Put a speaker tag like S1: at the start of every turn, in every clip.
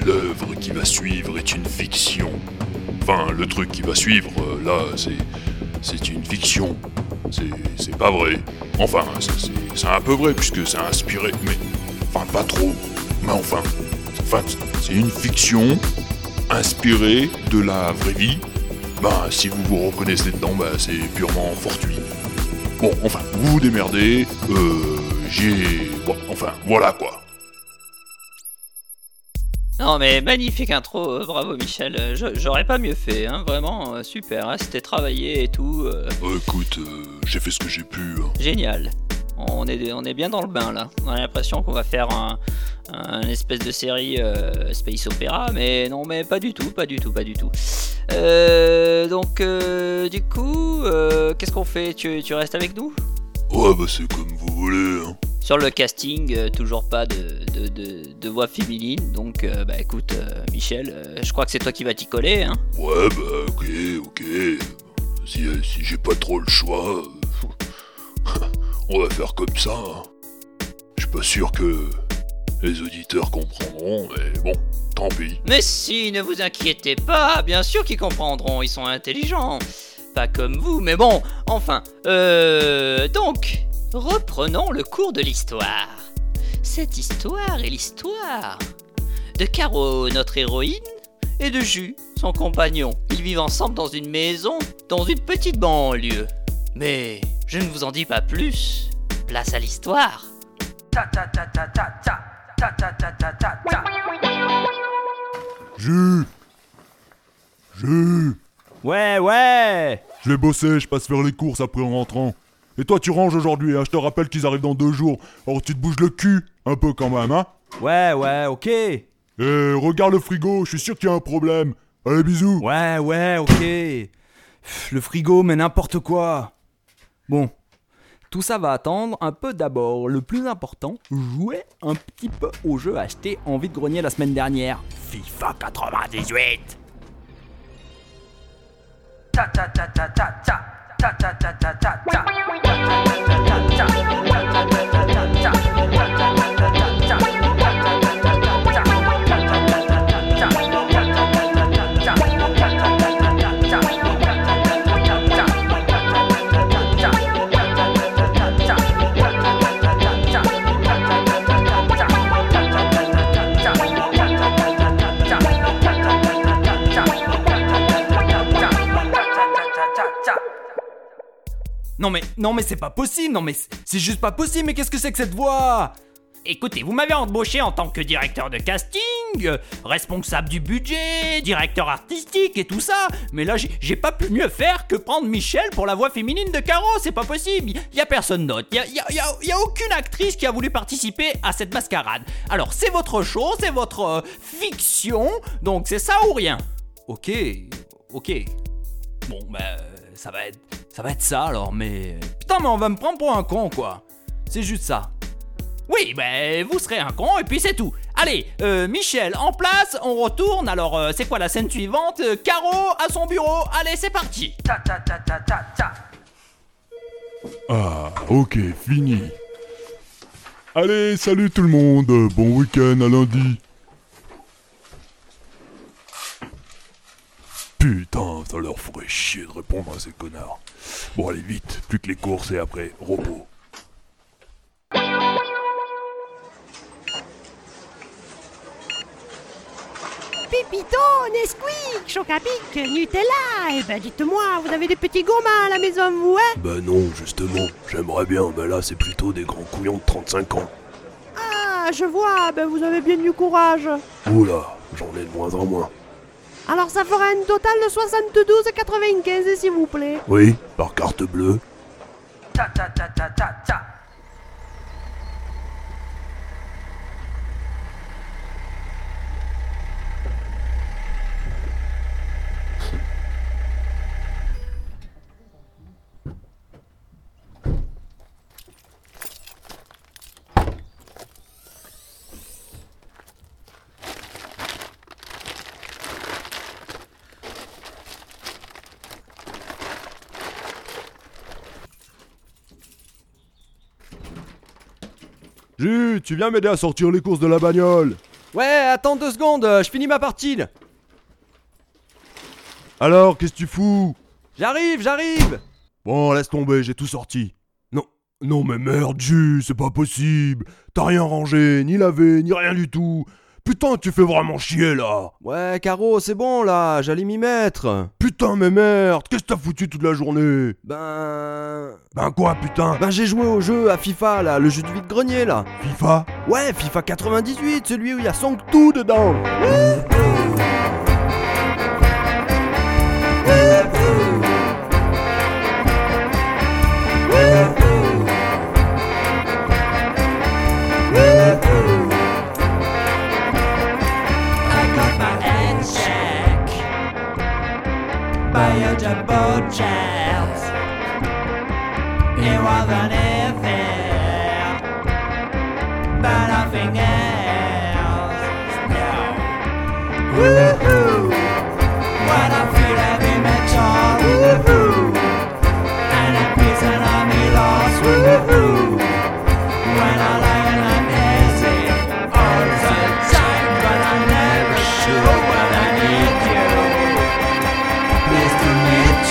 S1: l'œuvre qui va suivre est une fiction. Enfin, le truc qui va suivre, là, c'est une fiction. C'est pas vrai. Enfin, c'est un peu vrai puisque c'est inspiré, mais... Enfin, pas trop. Mais enfin, c'est une fiction inspirée de la vraie vie. Ben, si vous vous reconnaissez dedans, ben, c'est purement fortuit. Bon, enfin, vous vous démerdez, Bon, enfin, voilà quoi.
S2: Non mais magnifique intro, bravo Michel, j'aurais pas mieux fait, hein, vraiment, super, hein, c'était travaillé et tout,
S1: Écoute, j'ai fait ce que j'ai pu. Hein.
S2: génial. On est bien dans le bain là, on a l'impression qu'on va faire un espèce de série space opéra, mais non mais pas du tout. Donc du coup, qu'est-ce qu'on fait, tu restes avec nous ?
S1: Ouais, bah c'est comme vous voulez, hein.
S2: Sur le casting, toujours pas de voix féminine, donc bah écoute Michel, je crois que c'est toi qui vas t'y coller, hein.
S1: Ouais, bah ok. Si j'ai pas trop le choix, on va faire comme ça. Hein. Je suis pas sûr que les auditeurs comprendront, mais bon, tant pis.
S2: Mais si, ne vous inquiétez pas, bien sûr qu'ils comprendront, ils sont intelligents. Pas comme vous, mais bon, enfin. Donc, reprenons le cours de l'histoire. Cette histoire est l'histoire de Caro, notre héroïne, et de Jus, son compagnon. Ils vivent ensemble dans une maison, dans une petite banlieue. Mais je ne vous en dis pas plus. Place à l'histoire.
S3: Jus.
S4: Ouais.
S3: Je vais bosser, je passe faire les courses après en rentrant. Et toi tu ranges aujourd'hui, hein, je te rappelle qu'ils arrivent dans 2 jours. Alors tu te bouges le cul, un peu quand même, hein.
S4: Ouais, ok.
S3: Et regarde le frigo, je suis sûr qu'il y a un problème. Allez, bisous.
S4: Ouais, ok. Le frigo, mais n'importe quoi. Bon, tout ça va attendre un peu d'abord. Le plus important, jouer un petit peu au jeu acheté en vide-grenier la semaine dernière. FIFA 98. Non mais c'est pas possible, non mais c'est juste pas possible, mais qu'est-ce que c'est que cette voix ?
S2: Écoutez, vous m'avez embauché en tant que directeur de casting, responsable du budget, directeur artistique et tout ça, mais là j'ai pas pu mieux faire que prendre Michel pour la voix féminine de Caro, c'est pas possible, y a personne d'autre, y a aucune actrice qui a voulu participer à cette mascarade. Alors c'est votre show, c'est votre fiction, donc c'est ça ou rien.
S4: Ok. Bon ça va être ça alors, mais... Putain, mais on va me prendre pour un con, quoi. C'est juste ça.
S2: Oui, vous serez un con et puis c'est tout. Allez, Michel en place, on retourne. Alors, c'est quoi la scène suivante ? Caro à son bureau. Allez, c'est parti.
S3: Ah, ok, fini. Allez, salut tout le monde, bon week-end à lundi. Putain, ça leur ferait chier de répondre à ces connards. Bon, allez vite, plus que les courses et après, repos.
S5: Pépito, Nesquik, Chocapic, Nutella. Eh ben dites-moi, vous avez des petits gourmands à la maison, vous, hein ?
S1: Bah non, justement, j'aimerais bien, mais là c'est plutôt des grands couillons de 35 ans.
S5: Ah, je vois, ben vous avez bien du courage.
S1: Oula, j'en ai de moins en moins.
S5: Alors ça fera un total de 72,95 s'il vous plaît.
S1: Oui, par carte bleue.
S3: Jus, tu viens m'aider à sortir les courses de la bagnole.
S4: Ouais, attends 2 secondes, je finis ma partie.
S3: Alors, qu'est-ce que tu fous?
S4: J'arrive.
S3: Bon, laisse tomber, j'ai tout sorti. Non mais merde, Jus, c'est pas possible. T'as rien rangé, ni lavé, ni rien du tout. Putain, tu fais vraiment chier là.
S4: Ouais, Caro, c'est bon là, j'allais m'y mettre.
S3: Putain, mais merde, qu'est-ce que t'as foutu toute la journée?
S4: Ben
S3: quoi, putain?
S4: j'ai joué au jeu à FIFA là, le jeu de vide-grenier là.
S3: FIFA?
S4: Ouais, FIFA 98, celui où il y a Sanctou dedans.
S6: By a jumbo jet. It wasn't fair, but nothing else. No. Woohoo! What I feel every mental. Woohoo! And a piece of me lost. Woohoo! When I lie and I'm easy all the time, but I never sure when I need you. Pleased to meet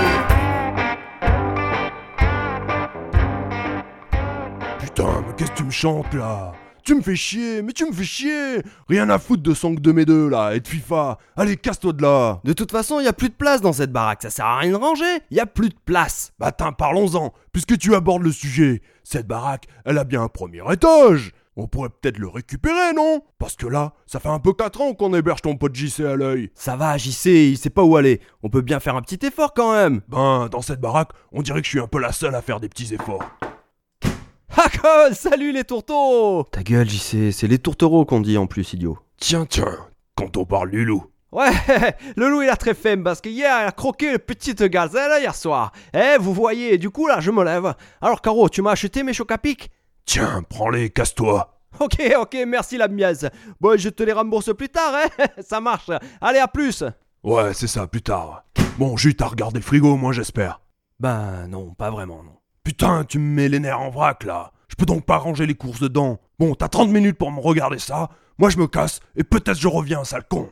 S6: you.
S3: Putain, mais qu'est-ce que tu me chantes là? Tu me fais chier, mais tu me fais chier. Rien à foutre de Sang de mes deux là, et de FIFA. Allez, casse-toi de là.
S4: De toute façon, il y a plus de place dans cette baraque, ça sert à rien de ranger. Il y a plus de place.
S3: Bah tiens, parlons-en, puisque tu abordes le sujet. Cette baraque, elle a bien un premier étage. On pourrait peut-être le récupérer, non? Parce que là, ça fait un peu 4 ans qu'on héberge ton pote JC à l'œil.
S4: Ça va, JC, il sait pas où aller. On peut bien faire un petit effort quand même.
S3: Ben, dans cette baraque, on dirait que je suis un peu la seule à faire des petits efforts.
S4: Hackle, salut les tourteaux. Ta gueule, JC, c'est les tourtereaux qu'on dit en plus, idiot.
S3: Tiens, quand on parle du loup.
S4: Ouais, le loup il a très faim parce qu'hier il a croqué une petite gazelle hier soir. Vous voyez, du coup là je me lève. Alors Caro, tu m'as acheté mes chocs à pic?
S3: Tiens, prends-les, casse-toi.
S4: Ok, merci la miesse. Bon, je te les rembourse plus tard, hein. Ça marche. Allez, à plus.
S3: Ouais, c'est ça, plus tard. Bon, Jus, t'as regardé le frigo, moi j'espère.
S4: Ben non, pas vraiment, non.
S3: Putain, tu me mets les nerfs en vrac là. Je peux donc pas ranger les courses dedans. Bon, t'as 30 minutes pour me regarder ça. Moi je me casse et peut-être je reviens, sale con.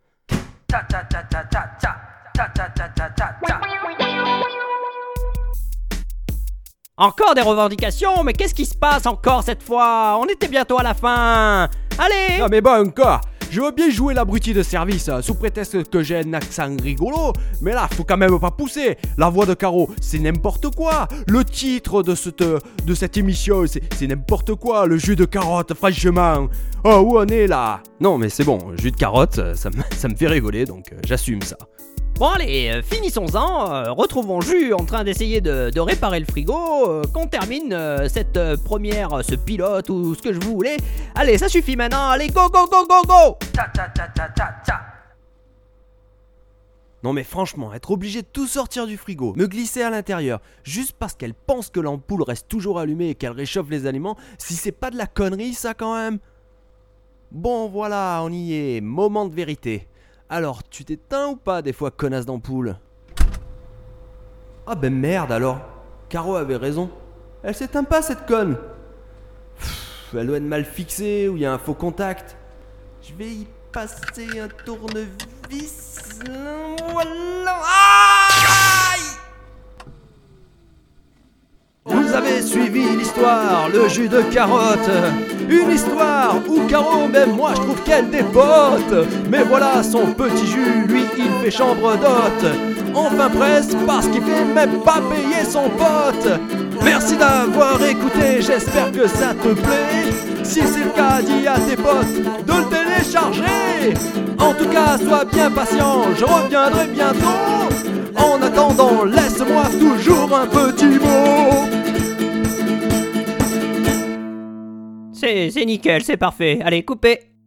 S5: Encore des revendications, mais qu'est-ce qui se passe encore cette fois? On était bientôt à la fin. Allez!
S4: Non mais bon, encore. Je veux bien jouer l'abruti de service, sous prétexte que j'ai un accent rigolo, mais là, faut quand même pas pousser. La voix de Caro, c'est n'importe quoi. Le titre de cette émission, c'est n'importe quoi. Le jus de carotte, franchement. Oh, où on est là? Non, mais c'est bon, jus de carotte, ça me fait rigoler, donc j'assume ça.
S5: Bon allez, finissons-en, retrouvons Jus en train d'essayer de réparer le frigo, qu'on termine ce pilote ou ce que je voulais. Allez, ça suffit maintenant, allez, go go go go go!
S4: Non mais franchement, être obligé de tout sortir du frigo, me glisser à l'intérieur, juste parce qu'elle pense que l'ampoule reste toujours allumée et qu'elle réchauffe les aliments, si c'est pas de la connerie ça quand même. Bon voilà, on y est, moment de vérité. Alors, tu t'éteins ou pas des fois, connasse d'ampoule? Ah ben merde alors, Caro avait raison. Elle s'éteint pas cette conne. Elle doit être mal fixée ou il y a un faux contact. Je vais y passer un tournevis. Voilà. Aïe! Vous avez suivi l'histoire, le jus de carotte. Une histoire où Caro, même moi je trouve qu'elle dépote. Mais voilà, son petit jus, lui, il fait chambre d'hôte. Enfin presque, parce qu'il fait même pas payer son pote. Merci d'avoir écouté, j'espère que ça te plaît. Si c'est le cas, dis à tes potes de le télécharger. En tout cas, sois bien patient, je reviendrai bientôt. En attendant, laisse-moi toujours un petit mot.
S5: C'est nickel, c'est parfait. Allez, coupez.